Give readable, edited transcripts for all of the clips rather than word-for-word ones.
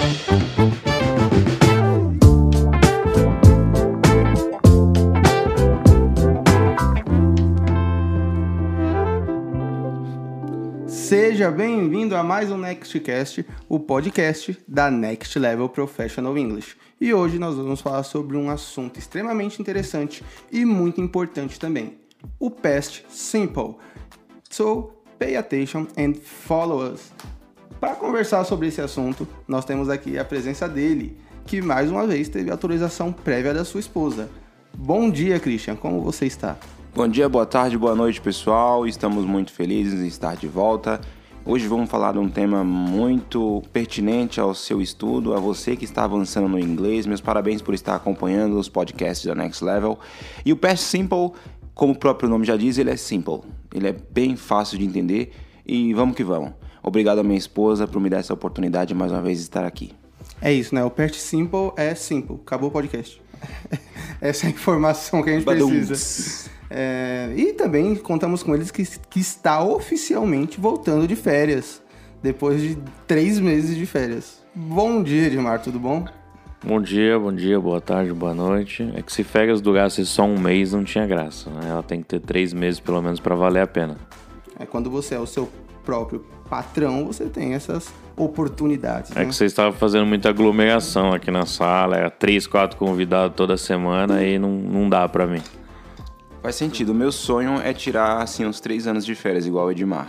Seja bem-vindo a mais um NextCast, o podcast da Next Level Professional English. E hoje nós vamos falar sobre um assunto extremamente interessante e muito importante também, o Past Simple. So, pay attention and follow us. Para conversar sobre esse assunto, nós temos aqui a presença dele, que mais uma vez teve autorização prévia da sua esposa. Bom dia, Christian, como você está? Bom dia, boa tarde, boa noite, pessoal. Estamos muito felizes em estar de volta. Hoje vamos falar de um tema muito pertinente ao seu estudo, a você que está avançando no inglês. Meus parabéns por estar acompanhando os podcasts da Next Level. E o Past Simple, como o próprio nome já diz, ele é simple. Ele é bem fácil de entender e vamos que vamos. Obrigado à minha esposa por me dar essa oportunidade de mais uma vez estar aqui. É isso, né? O Past Simple é simple. Acabou o podcast. Essa é a informação que a gente precisa. E também contamos com eles que está oficialmente voltando de férias, depois de 3 meses de férias. Bom dia, Edmar, tudo bom? Bom dia, boa tarde, boa noite. É que se férias durasse só um mês não tinha graça, né? Ela tem que ter 3 meses pelo menos para valer a pena. Quando você é o seu próprio patrão, você tem essas oportunidades. É, né? Que você estava fazendo muita aglomeração aqui na sala, era 3, 4 convidados toda semana e não dá para mim. Faz sentido. O meu sonho é tirar, assim, uns 3 anos de férias, igual o Edmar.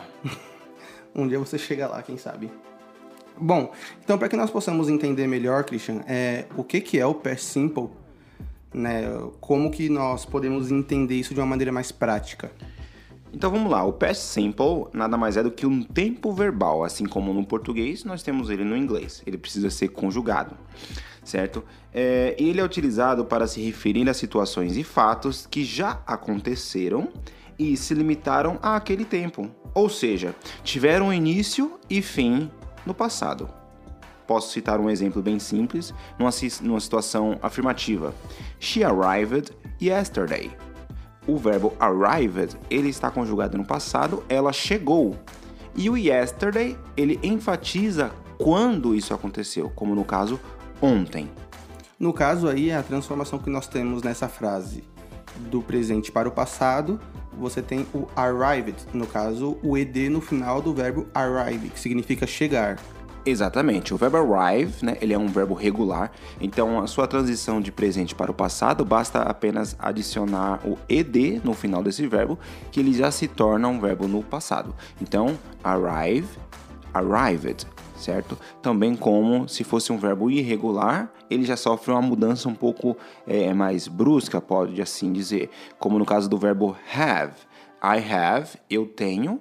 Um dia você chega lá, quem sabe. Bom, então para que nós possamos entender melhor, Christian, o que é o Past Simple, né? Como que nós podemos entender isso de uma maneira mais prática? Então vamos lá, o Past Simple nada mais é do que um tempo verbal, assim como no português nós temos ele no inglês. Ele precisa ser conjugado, certo? Ele é utilizado para se referir a situações e fatos que já aconteceram e se limitaram àquele tempo. Ou seja, tiveram início e fim no passado. Posso citar um exemplo bem simples, numa situação afirmativa. She arrived yesterday. O verbo arrived, ele está conjugado no passado, ela chegou. E o yesterday, ele enfatiza quando isso aconteceu, como no caso, ontem. No caso aí, a transformação que nós temos nessa frase do presente para o passado, você tem o arrived, no caso, o ed no final do verbo arrive, que significa chegar. Exatamente, o verbo arrive, né, ele é um verbo regular, então a sua transição de presente para o passado basta apenas adicionar o ed no final desse verbo, que ele já se torna um verbo no passado. Então, arrive, arrived, certo? Também como se fosse um verbo irregular, ele já sofre uma mudança um pouco mais brusca, pode assim dizer, como no caso do verbo have. I have, eu tenho,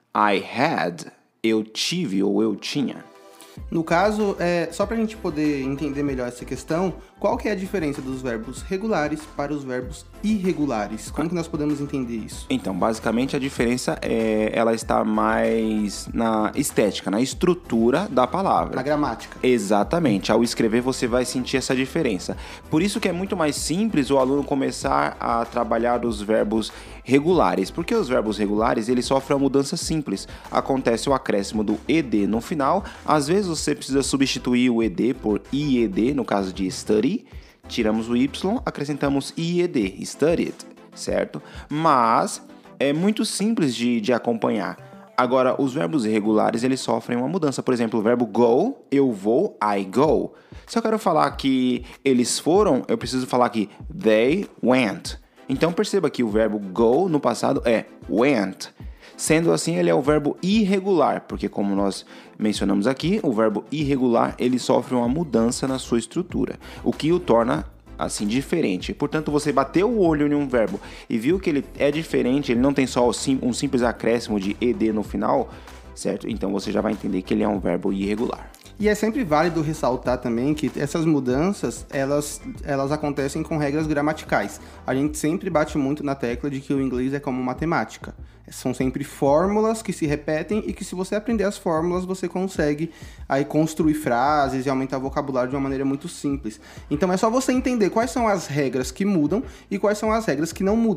I had, eu tive ou eu tinha. No caso, só para a gente poder entender melhor essa questão, qual que é a diferença dos verbos regulares para os verbos irregulares? Como que nós podemos entender isso? Então, basicamente a diferença ela está mais na estética, na estrutura da palavra. Na gramática. Exatamente. Ao escrever você vai sentir essa diferença. Por isso que é muito mais simples o aluno começar a trabalhar os verbos regulares, porque os verbos regulares eles sofrem uma mudança simples. Acontece o acréscimo do ed no final, às vezes você precisa substituir o ed por ied, no caso de study, tiramos o y, acrescentamos ied, studied, certo? Mas é muito simples de acompanhar. Agora, os verbos irregulares eles sofrem uma mudança. Por exemplo, o verbo go, eu vou, I go. Se eu quero falar que eles foram, eu preciso falar que they went. Então perceba que o verbo go no passado é went. Sendo assim, ele é o verbo irregular, porque como nós mencionamos aqui, o verbo irregular ele sofre uma mudança na sua estrutura, o que o torna assim diferente. Portanto, você bateu o olho em um verbo e viu que ele é diferente, ele não tem só um simples acréscimo de ed no final, certo? Então você já vai entender que ele é um verbo irregular. E é sempre válido ressaltar também que essas mudanças, elas acontecem com regras gramaticais. A gente sempre bate muito na tecla de que o inglês é como matemática. São sempre fórmulas que se repetem e que se você aprender as fórmulas, você consegue aí construir frases e aumentar o vocabulário de uma maneira muito simples. Então é só você entender quais são as regras que mudam e quais são as regras que não mudam.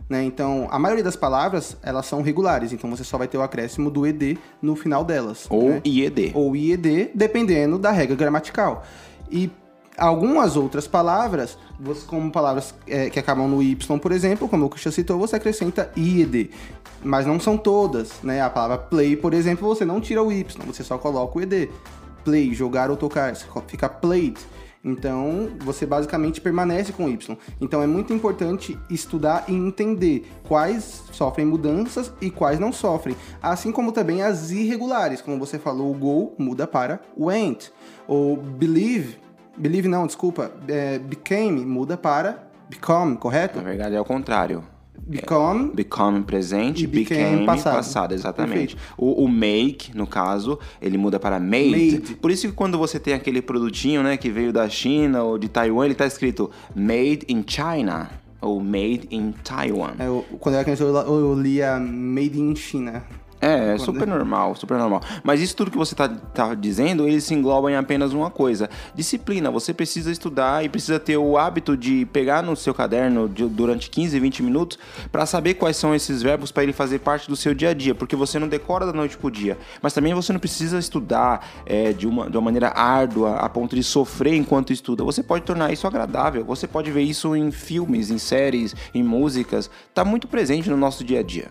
né? Então, a maioria das palavras, elas são regulares, então você só vai ter o acréscimo do ED no final delas. Ou né? IED. Ou IED, dependendo da regra gramatical. E algumas outras palavras, como palavras que acabam no Y, por exemplo, como o Christian citou, você acrescenta IED. Mas não são todas, né? A palavra play, por exemplo, você não tira o Y, você só coloca o ED. Play, jogar ou tocar, fica played. Então, você basicamente permanece com Y. Então, é muito importante estudar e entender quais sofrem mudanças e quais não sofrem. Assim como também as irregulares. Como você falou, o go muda para went. Ou became muda para become, correto? Na verdade, é o contrário. Become presente, e became passado, exatamente. O make, no caso, ele muda para made. Por isso que quando você tem aquele produtinho, né, que veio da China ou de Taiwan, ele tá escrito Made in China ou Made in Taiwan. Quando eu era criança, eu lia Made in China. É super normal, super normal. Mas isso tudo que você tá dizendo, ele se engloba em apenas uma coisa. Disciplina. Você precisa estudar e precisa ter o hábito de pegar no seu caderno durante 15, 20 minutos para saber quais são esses verbos para ele fazer parte do seu dia a dia. Porque você não decora da noite pro dia. Mas também você não precisa estudar de uma maneira árdua a ponto de sofrer enquanto estuda. Você pode tornar isso agradável. Você pode ver isso em filmes, em séries, em músicas. Tá muito presente no nosso dia a dia.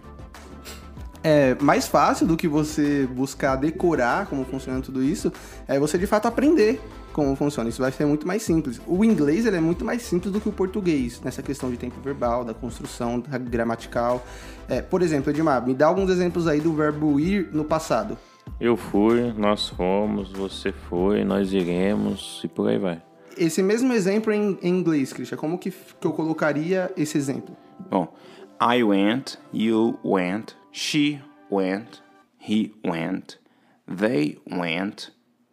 É mais fácil do que você buscar decorar como funciona tudo isso, é você de fato aprender como funciona. Isso vai ser muito mais simples. O inglês ele é muito mais simples do que o português, nessa questão de tempo verbal, da construção, da gramatical. Por exemplo, Edmar, me dá alguns exemplos aí do verbo ir no passado. Eu fui, nós fomos, você foi, nós iremos e por aí vai. Esse mesmo exemplo em inglês, Christian, como que eu colocaria esse exemplo? Bom, I went, you went, she went, he went, they went,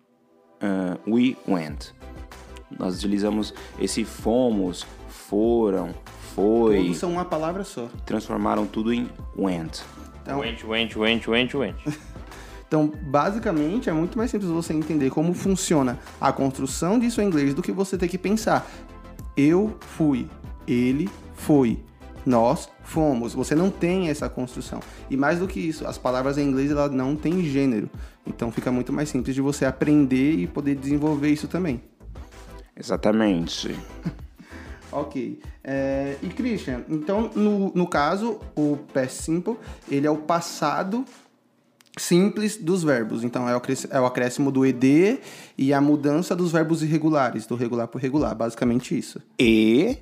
we went. Nós utilizamos esse fomos, foram, foi. Todos são uma palavra só. Transformaram tudo em went. Então, Went. Então, basicamente, é muito mais simples você entender como funciona a construção disso em inglês do que você ter que pensar. Eu fui, ele foi, nós fomos. Você não tem essa construção. E mais do que isso, as palavras em inglês elas não têm gênero. Então, fica muito mais simples de você aprender e poder desenvolver isso também. Exatamente. Ok. E, Christian, então, no caso, o past simple, ele é o passado simples dos verbos. Então, é o acréscimo do ED e a mudança dos verbos irregulares, do regular para o regular. Basicamente isso. E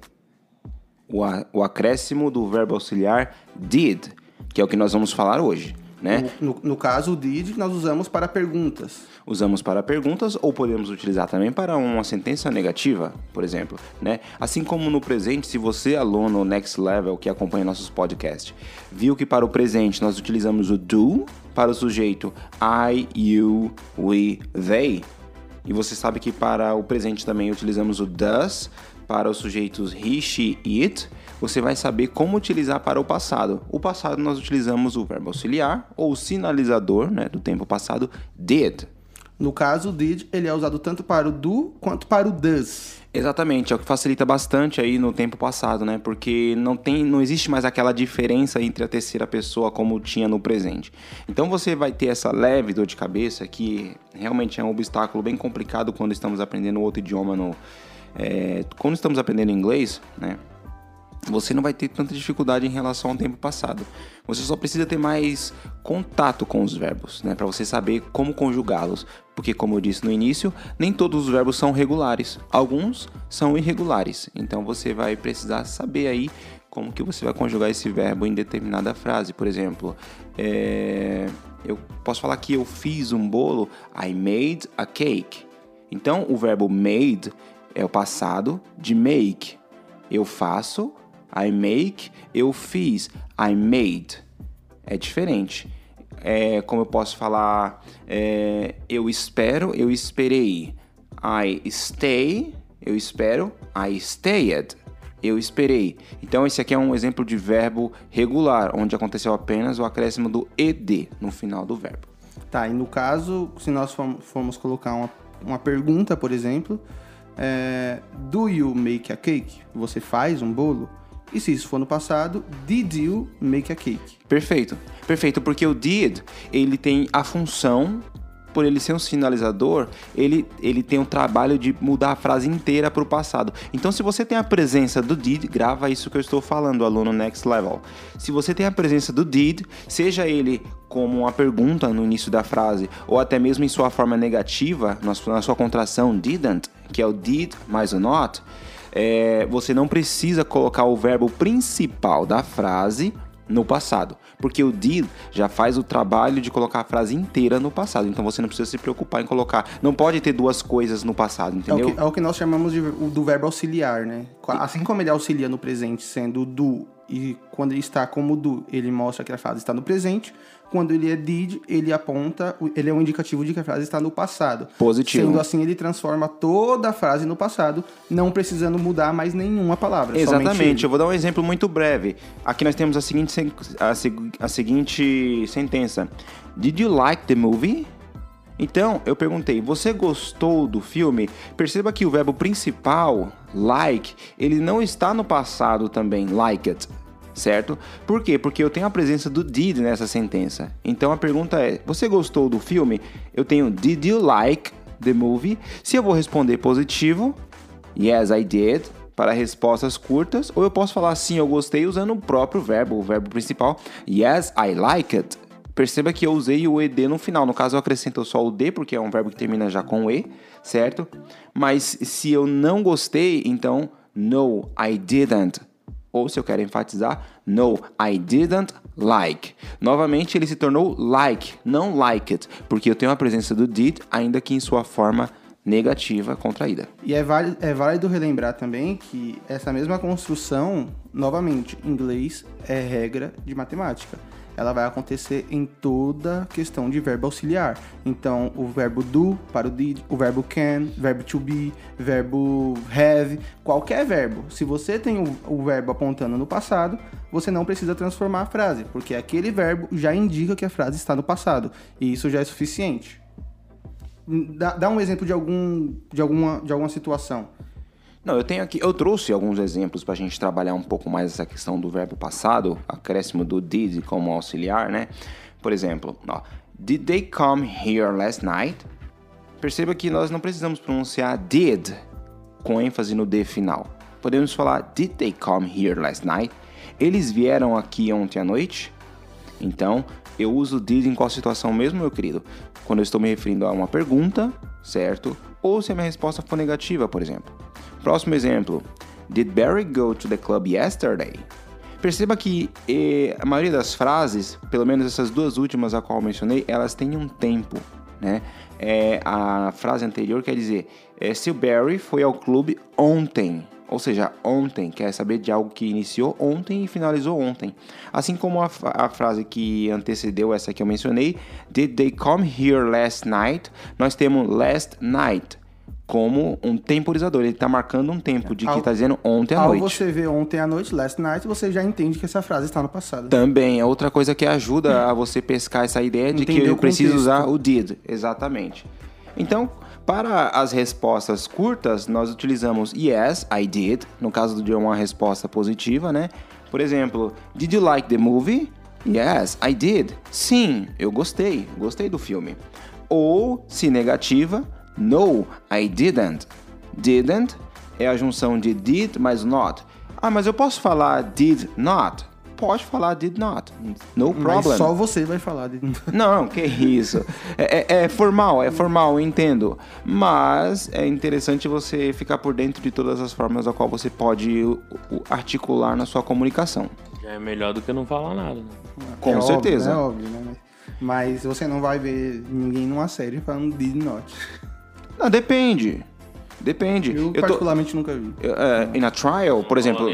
o acréscimo do verbo auxiliar did, que é o que nós vamos falar hoje, né? No caso, o did nós usamos para perguntas. Usamos para perguntas ou podemos utilizar também para uma sentença negativa, por exemplo, né? Assim como no presente, se você, aluno Next Level que acompanha nossos podcasts, viu que para o presente nós utilizamos o do para o sujeito I, you, we, they, e você sabe que para o presente também utilizamos o does para os sujeitos he, she, it, você vai saber como utilizar para o passado. O passado nós utilizamos o verbo auxiliar ou o sinalizador, né, do tempo passado, did. No caso, o did, ele é usado tanto para o do quanto para o does. Exatamente, é o que facilita bastante aí no tempo passado, né? Porque não existe mais aquela diferença entre a terceira pessoa como tinha no presente. Então você vai ter essa leve dor de cabeça que realmente é um obstáculo bem complicado quando estamos aprendendo outro idioma quando estamos aprendendo inglês, né? Você não vai ter tanta dificuldade em relação ao tempo passado. Você só precisa ter mais contato com os verbos, né? Para você saber como conjugá-los. Porque, como eu disse no início, nem todos os verbos são regulares. Alguns são irregulares. Então, você vai precisar saber aí como que você vai conjugar esse verbo em determinada frase. Por exemplo, eu posso falar que eu fiz um bolo. I made a cake. Então, o verbo made é o passado de make. Eu faço, I make, eu fiz, I made. É diferente. Como eu posso falar, eu espero, eu esperei. I stay, eu espero, I stayed. Eu esperei. Então, esse aqui é um exemplo de verbo regular, onde aconteceu apenas o acréscimo do ed no final do verbo. Tá, e no caso, se nós formos colocar uma pergunta, por exemplo, do you make a cake? Você faz um bolo? E se isso for no passado, did you make a cake? Perfeito, porque o did, ele tem a função, por ele ser um sinalizador, ele tem o trabalho de mudar a frase inteira para o passado. Então, se você tem a presença do did, grava isso que eu estou falando, aluno Next Level. Se você tem a presença do did, seja ele como uma pergunta no início da frase, ou até mesmo em sua forma negativa, na sua contração didn't, que é o did mais o not, você não precisa colocar o verbo principal da frase no passado, porque o did já faz o trabalho de colocar a frase inteira no passado, então você não precisa se preocupar em colocar, não pode ter duas coisas no passado, entendeu? É o que nós chamamos do verbo auxiliar, né? Assim como ele auxilia no presente sendo do, e quando ele está como do, ele mostra que a frase está no presente. Quando ele é did, ele aponta, ele é um indicativo de que a frase está no passado. Positivo. Sendo assim, ele transforma toda a frase no passado, não precisando mudar mais nenhuma palavra. Exatamente. Eu vou dar um exemplo muito breve. Aqui nós temos a seguinte sentença. Did you like the movie? Então, eu perguntei, você gostou do filme? Perceba que o verbo principal, like, ele não está no passado também, like it. Certo? Por quê? Porque eu tenho a presença do did nessa sentença. Então a pergunta é, você gostou do filme? Eu tenho did you like the movie? Se eu vou responder positivo, yes, I did, para respostas curtas, ou eu posso falar sim, eu gostei, usando o próprio verbo, o verbo principal, yes, I like it. Perceba que eu usei o ed no final. No caso, eu acrescento só o d, porque é um verbo que termina já com e, certo? Mas se eu não gostei, então, no, I didn't. Ou, se eu quero enfatizar, no, I didn't like. Novamente, ele se tornou like, não like it, porque eu tenho a presença do did, ainda que em sua forma negativa contraída. E é válido relembrar também que essa mesma construção, novamente, em inglês, é regra de matemática. Ela vai acontecer em toda questão de verbo auxiliar. Então, o verbo do para o did, o verbo can, verbo to be, verbo have, qualquer verbo. Se você tem o verbo apontando no passado, você não precisa transformar a frase, porque aquele verbo já indica que a frase está no passado, e isso já é suficiente. Dá um exemplo de alguma situação. Não, eu trouxe alguns exemplos para a gente trabalhar um pouco mais essa questão do verbo passado, acréscimo do did como auxiliar, né? Por exemplo, did they come here last night? Perceba que nós não precisamos pronunciar did com ênfase no d final. Podemos falar did they come here last night? Eles vieram aqui ontem à noite? Então, eu uso did em qual situação mesmo, meu querido? Quando eu estou me referindo a uma pergunta, certo? Ou se a minha resposta for negativa, por exemplo. Próximo exemplo. Did Barry go to the club yesterday? Perceba que a maioria das frases, pelo menos essas duas últimas a qual eu mencionei, elas têm um tempo, né? A frase anterior quer dizer, se o Barry foi ao clube ontem. Ou seja, ontem quer saber de algo que iniciou ontem e finalizou ontem. Assim como a frase que antecedeu essa que eu mencionei, Did they come here last night? Nós temos last night como um temporizador. Ele está marcando um tempo de que está dizendo ontem à noite. Ao você ver ontem à noite, last night, você já entende que essa frase está no passado. Também é outra coisa que ajuda a você pescar essa ideia de que eu preciso usar o did. Exatamente. Então, para as respostas curtas, nós utilizamos yes, I did, no caso de uma resposta positiva, né? Por exemplo, did you like the movie? Yes, I did. Sim, eu gostei do filme. Ou, se negativa, no, I didn't. Didn't é a junção de did mais not. Ah, mas eu posso falar did not? Pode falar did not, no problem. Mas só você vai falar did not. Não, que isso. É formal, eu entendo. Mas é interessante você ficar por dentro de todas as formas a qual você pode articular na sua comunicação. Já é melhor do que não falar nada, né? Com certeza. É óbvio, né? Mas você não vai ver ninguém numa série falando did not. Não, depende. Eu particularmente nunca vi. In a trial, por exemplo,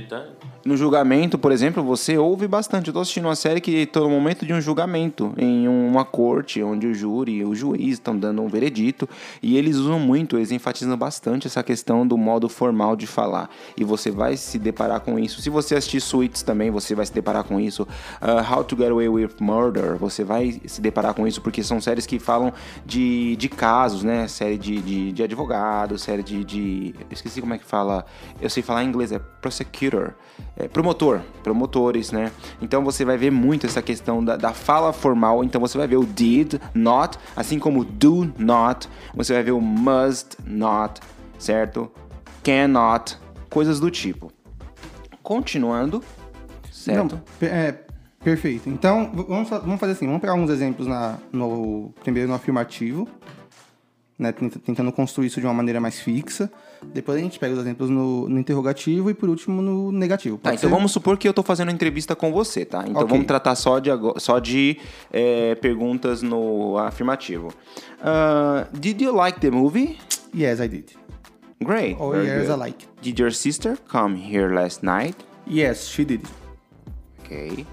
no julgamento, por exemplo, você ouve bastante. Eu tô assistindo uma série que todo momento de um julgamento em uma corte, onde o júri e o juiz estão dando um veredito, e eles usam muito, eles enfatizam bastante essa questão do modo formal de falar, e você vai se deparar com isso. Se você assistir Suits também, você vai se deparar com isso. How to Get Away with Murder, você vai se deparar com isso, porque são séries que falam de casos, né? Série de advogados, série eu esqueci como é que fala. Eu sei falar em inglês, é prosecutor. Promotores, né? Então você vai ver muito essa questão da fala formal. Então você vai ver o did, not, assim como o do not. Você vai ver o must not, certo? Cannot, coisas do tipo. Continuando, certo? Não, perfeito. Então, vamos fazer assim, vamos pegar alguns exemplos primeiro no afirmativo, né, tentando construir isso de uma maneira mais fixa. Depois a gente pega os exemplos no interrogativo e, por último, no negativo. Tá, então vamos supor que eu tô fazendo uma entrevista com você, tá? Então vamos tratar só de perguntas no afirmativo. Did you like the movie? Yes, I did. Great. Or yes, I like it. Did your sister come here last night? Yes, she did. Okay.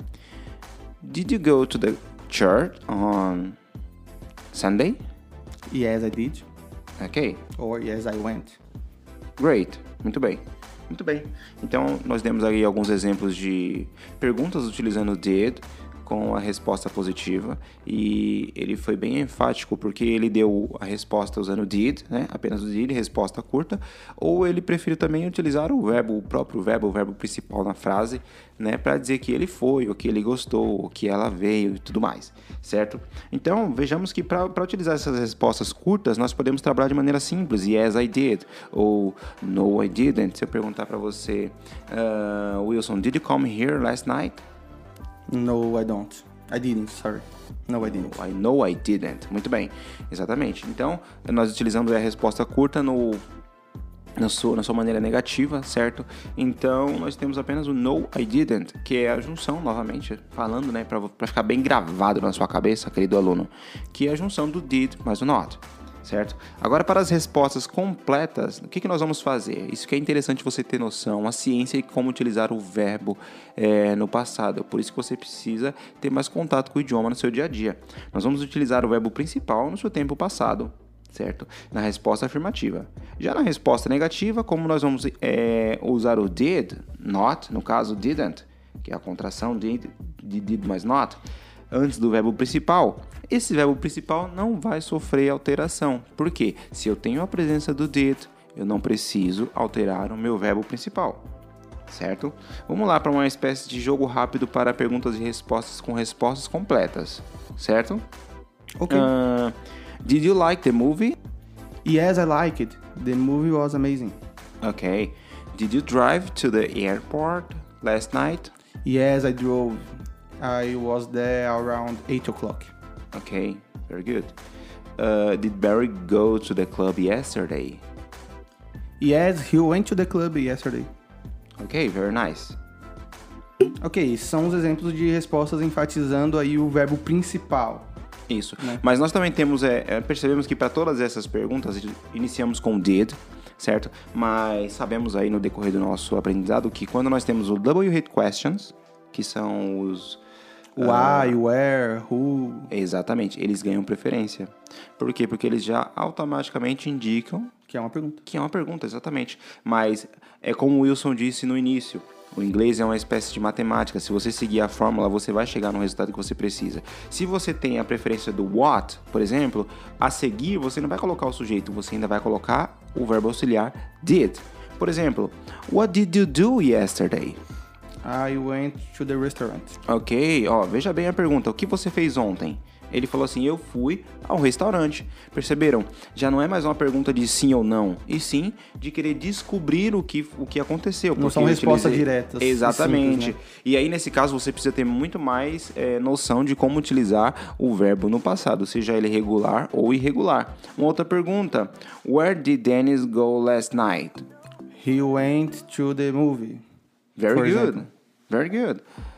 Did you go to the church on Sunday? Yes, I did. Okay. Or yes, I went. Great. Muito bem. Muito bem. Então, nós demos aí alguns exemplos de perguntas utilizando did com a resposta positiva, e ele foi bem enfático porque ele deu a resposta usando did, né? Apenas o did, resposta curta, ou ele preferiu também utilizar o próprio verbo, o verbo principal na frase, né? Para dizer que ele foi, ou que ele gostou, ou que ela veio e tudo mais, certo? Então, vejamos que para utilizar essas respostas curtas, nós podemos trabalhar de maneira simples, yes, I did, ou no, I didn't. Se eu perguntar para você, Wilson, did you come here last night? No, I don't. I didn't, sorry. No, I didn't. I know I didn't. Muito bem, exatamente. Então, nós utilizamos a resposta curta na sua maneira negativa, certo? Então, nós temos apenas o no, I didn't, que é a junção, novamente, falando, né, para ficar bem gravado na sua cabeça, querido aluno, que é a junção do did mais o not. Certo? Agora, para as respostas completas, o que nós vamos fazer? Isso que é interessante você ter noção, a ciência e como utilizar o verbo no passado. Por isso que você precisa ter mais contato com o idioma no seu dia a dia. Nós vamos utilizar o verbo principal no seu tempo passado, certo? Na resposta afirmativa. Já na resposta negativa, como nós vamos usar o did, not, no caso didn't, que é a contração de did mais not, antes do verbo principal, esse verbo principal não vai sofrer alteração. Por quê? Se eu tenho a presença do did, eu não preciso alterar o meu verbo principal, certo? Vamos lá para uma espécie de jogo rápido para perguntas e respostas com respostas completas, certo? Ok. Did you like the movie? Yes, I like it. The movie was amazing. Okay. Did you drive to the airport last night? Yes, I drove. I was there around 8 o'clock. Okay, very good. Did Barry go to the club yesterday? Yes, he went to the club yesterday. Okay, very nice. Ok, são os exemplos de respostas enfatizando aí o verbo principal. Isso, né? Mas nós também temos, percebemos que para todas essas perguntas iniciamos com did, certo? Mas sabemos aí no decorrer do nosso aprendizado que quando nós temos o W-hit questions, que são os Why, where, who. Exatamente, eles ganham preferência. Por quê? Porque eles já automaticamente indicam que é uma pergunta. Que é uma pergunta, exatamente. Mas é como o Wilson disse no início, o inglês é uma espécie de matemática. Se você seguir a fórmula, você vai chegar no resultado que você precisa. Se você tem a preferência do what, por exemplo, a seguir você não vai colocar o sujeito, você ainda vai colocar o verbo auxiliar did. Por exemplo, what did you do yesterday? I went to the restaurant. Ok, veja bem a pergunta. O que você fez ontem? Ele falou assim, eu fui ao restaurante. Perceberam? Já não é mais uma pergunta de sim ou não, e sim de querer descobrir o que aconteceu. Não são respostas diretas. Exatamente. Simples, né? E aí, nesse caso, você precisa ter muito mais noção de como utilizar o verbo no passado, seja ele regular ou irregular. Uma outra pergunta. Where did Dennis go last night? He went to the movie. Very good. Very good.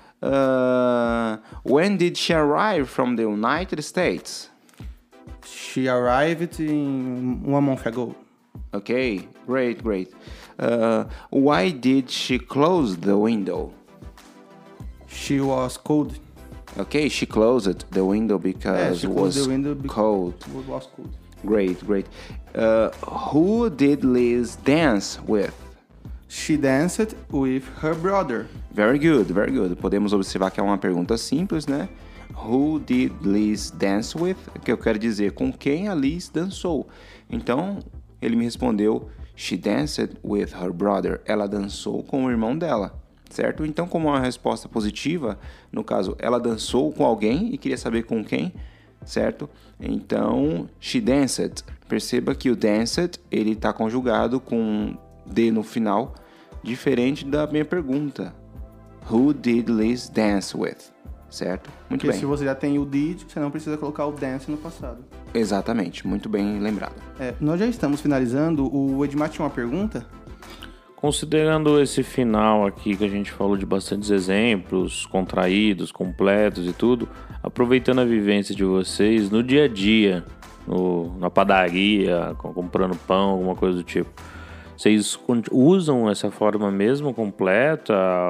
When did she arrive from the United States? She arrived in 1 month ago. Okay, great. Why did she close the window? She was cold. Okay, she closed the window because it was cold. It was cold. Great. Who did Liz dance with? She danced with her brother. Very good. Podemos observar que é uma pergunta simples, né? Who did Liz dance with? Que eu quero dizer, com quem a Liz dançou. Então, Ele me respondeu, she danced with her brother. Ela dançou com o irmão dela, certo? Então, como uma resposta positiva, no caso, ela dançou com alguém e queria saber com quem, certo? Então, she danced. Perceba que o danced, ele está conjugado com D no final, diferente da minha pergunta. Who did Liz dance with? Certo? Muito Porque bem. se você já tem o did, você não precisa colocar o dance no passado. Exatamente, muito bem lembrado. Nós já estamos finalizando. O Edmar tinha uma pergunta? Considerando esse final aqui que a gente falou de bastantes exemplos, contraídos, completos e tudo, aproveitando a vivência de vocês no dia a dia, na padaria, comprando pão, alguma coisa do tipo, vocês usam essa forma mesmo completa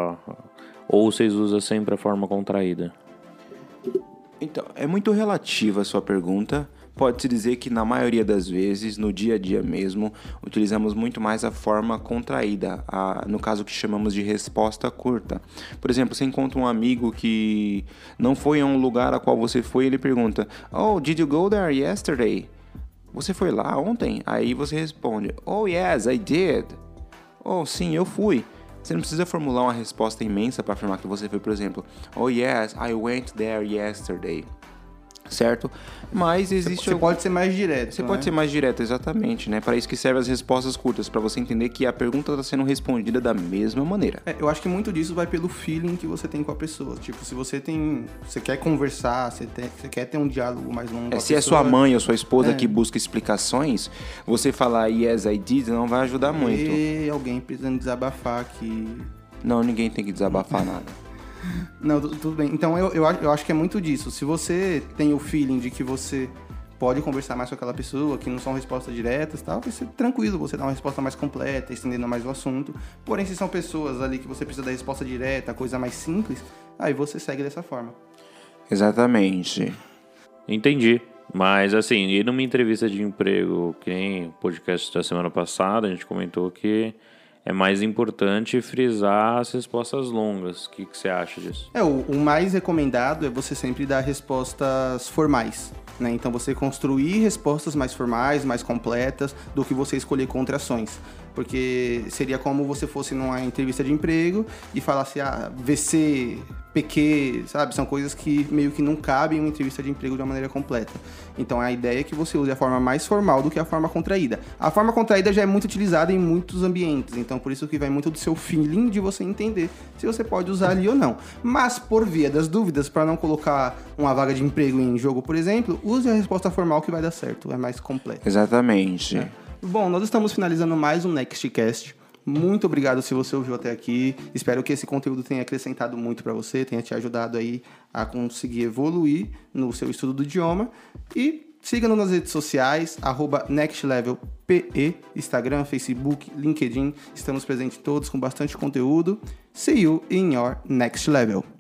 ou vocês usam sempre a forma contraída? Então, é muito relativa a sua pergunta. Pode-se dizer que na maioria das vezes, no dia a dia mesmo, utilizamos muito mais a forma contraída, no caso que chamamos de resposta curta. Por exemplo, você encontra um amigo que não foi a um lugar a qual você foi e ele pergunta, oh, did you go there yesterday? Você foi lá ontem? Aí você responde, oh yes, I did. Oh, sim, eu fui. Você não precisa formular uma resposta imensa para afirmar que você foi, por exemplo, oh yes, I went there yesterday. Certo? Mas existe... Você pode ser mais direto. Você pode ser mais direto, exatamente, né? Para isso que servem as respostas curtas, para você entender que a pergunta está sendo respondida da mesma maneira. Eu acho que muito disso vai pelo feeling que você tem com a pessoa. Tipo, se você quer conversar, você quer ter um diálogo mais longo com a se pessoa, é sua mãe ou sua esposa que busca explicações, você falar yes, I did não vai ajudar muito. E alguém precisando desabafar aqui. Não, ninguém tem que desabafar nada. Não, tudo bem. Então eu acho que é muito disso. Se você tem o feeling de que você pode conversar mais com aquela pessoa, que não são respostas diretas e tal, vai ser tranquilo você dar uma resposta mais completa, estendendo mais o assunto. Porém, se são pessoas ali que você precisa da resposta direta, coisa mais simples, aí você segue dessa forma. Exatamente. Entendi. Mas assim, e numa entrevista de emprego, que nem o podcast da semana passada, a gente comentou que é mais importante frisar as respostas longas. O que você acha disso? O mais recomendado é você sempre dar respostas formais, né? Então você construir respostas mais formais, mais completas, do que você escolher contrações. Porque seria como você fosse numa entrevista de emprego e falasse, VC, PQ, sabe? São coisas que meio que não cabem em uma entrevista de emprego de uma maneira completa. Então a ideia é que você use a forma mais formal do que a forma contraída. A forma contraída já é muito utilizada em muitos ambientes, então por isso que vai muito do seu feeling de você entender se você pode usar ali ou não. Mas por via das dúvidas, para não colocar uma vaga de emprego em jogo, por exemplo, use a resposta formal que vai dar certo, é mais completa. Exatamente. Bom, nós estamos finalizando mais um NextCast. Muito obrigado se você ouviu até aqui. Espero que esse conteúdo tenha acrescentado muito para você, tenha te ajudado aí a conseguir evoluir no seu estudo do idioma. E siga-nos nas redes sociais, @nextlevelpe, Instagram, Facebook, LinkedIn. Estamos presentes todos com bastante conteúdo. See you in your next level.